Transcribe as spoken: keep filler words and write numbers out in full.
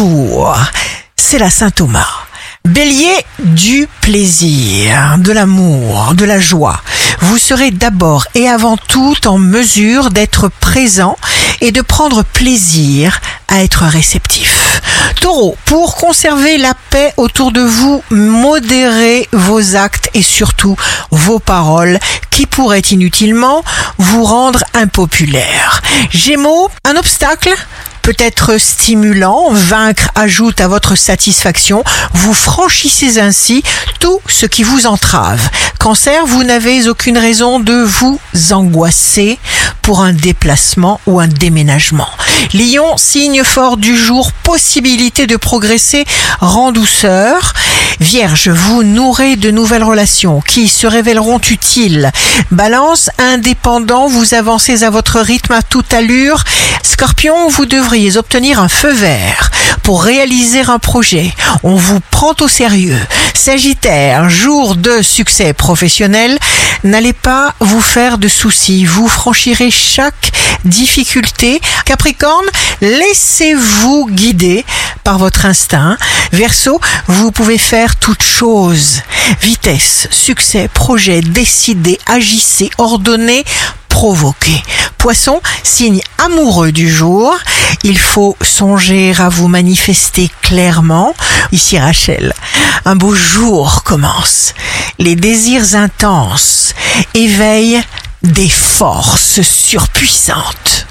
jour, c'est la Saint-Thomas. Bélier, du plaisir, de l'amour, de la joie. Vous serez d'abord et avant tout en mesure d'être présent et de prendre plaisir à être réceptif. Taureau, pour conserver la paix autour de vous, modérez vos actes et surtout vos paroles qui pourraient inutilement vous rendre impopulaire. Gémeaux, un obstacle peut être stimulant, vaincre ajoute à votre satisfaction, vous franchissez ainsi tout ce qui vous entrave. Cancer, vous n'avez aucune raison de vous angoisser pour un déplacement ou un déménagement. Lion, signe fort du jour, possibilité de progresser en douceur. Vierge, vous nourrez de nouvelles relations qui se révéleront utiles. Balance, indépendant, vous avancez à votre rythme à toute allure. Scorpion, vous devriez obtenir un feu vert pour réaliser un projet. On vous prend au sérieux. Sagittaire, jour de succès professionnel, n'allez pas vous faire de soucis. Vous franchirez chaque difficulté. Capricorne, laissez-vous guider par votre instinct. Verseau, vous pouvez faire toute chose. Vitesse, succès, projet, décidez, agissez, ordonnez, provoquer. Poisson, signe amoureux du jour, il faut songer à vous manifester clairement. Ici Rachel, un beau jour commence. Les désirs intenses éveillent des forces surpuissantes.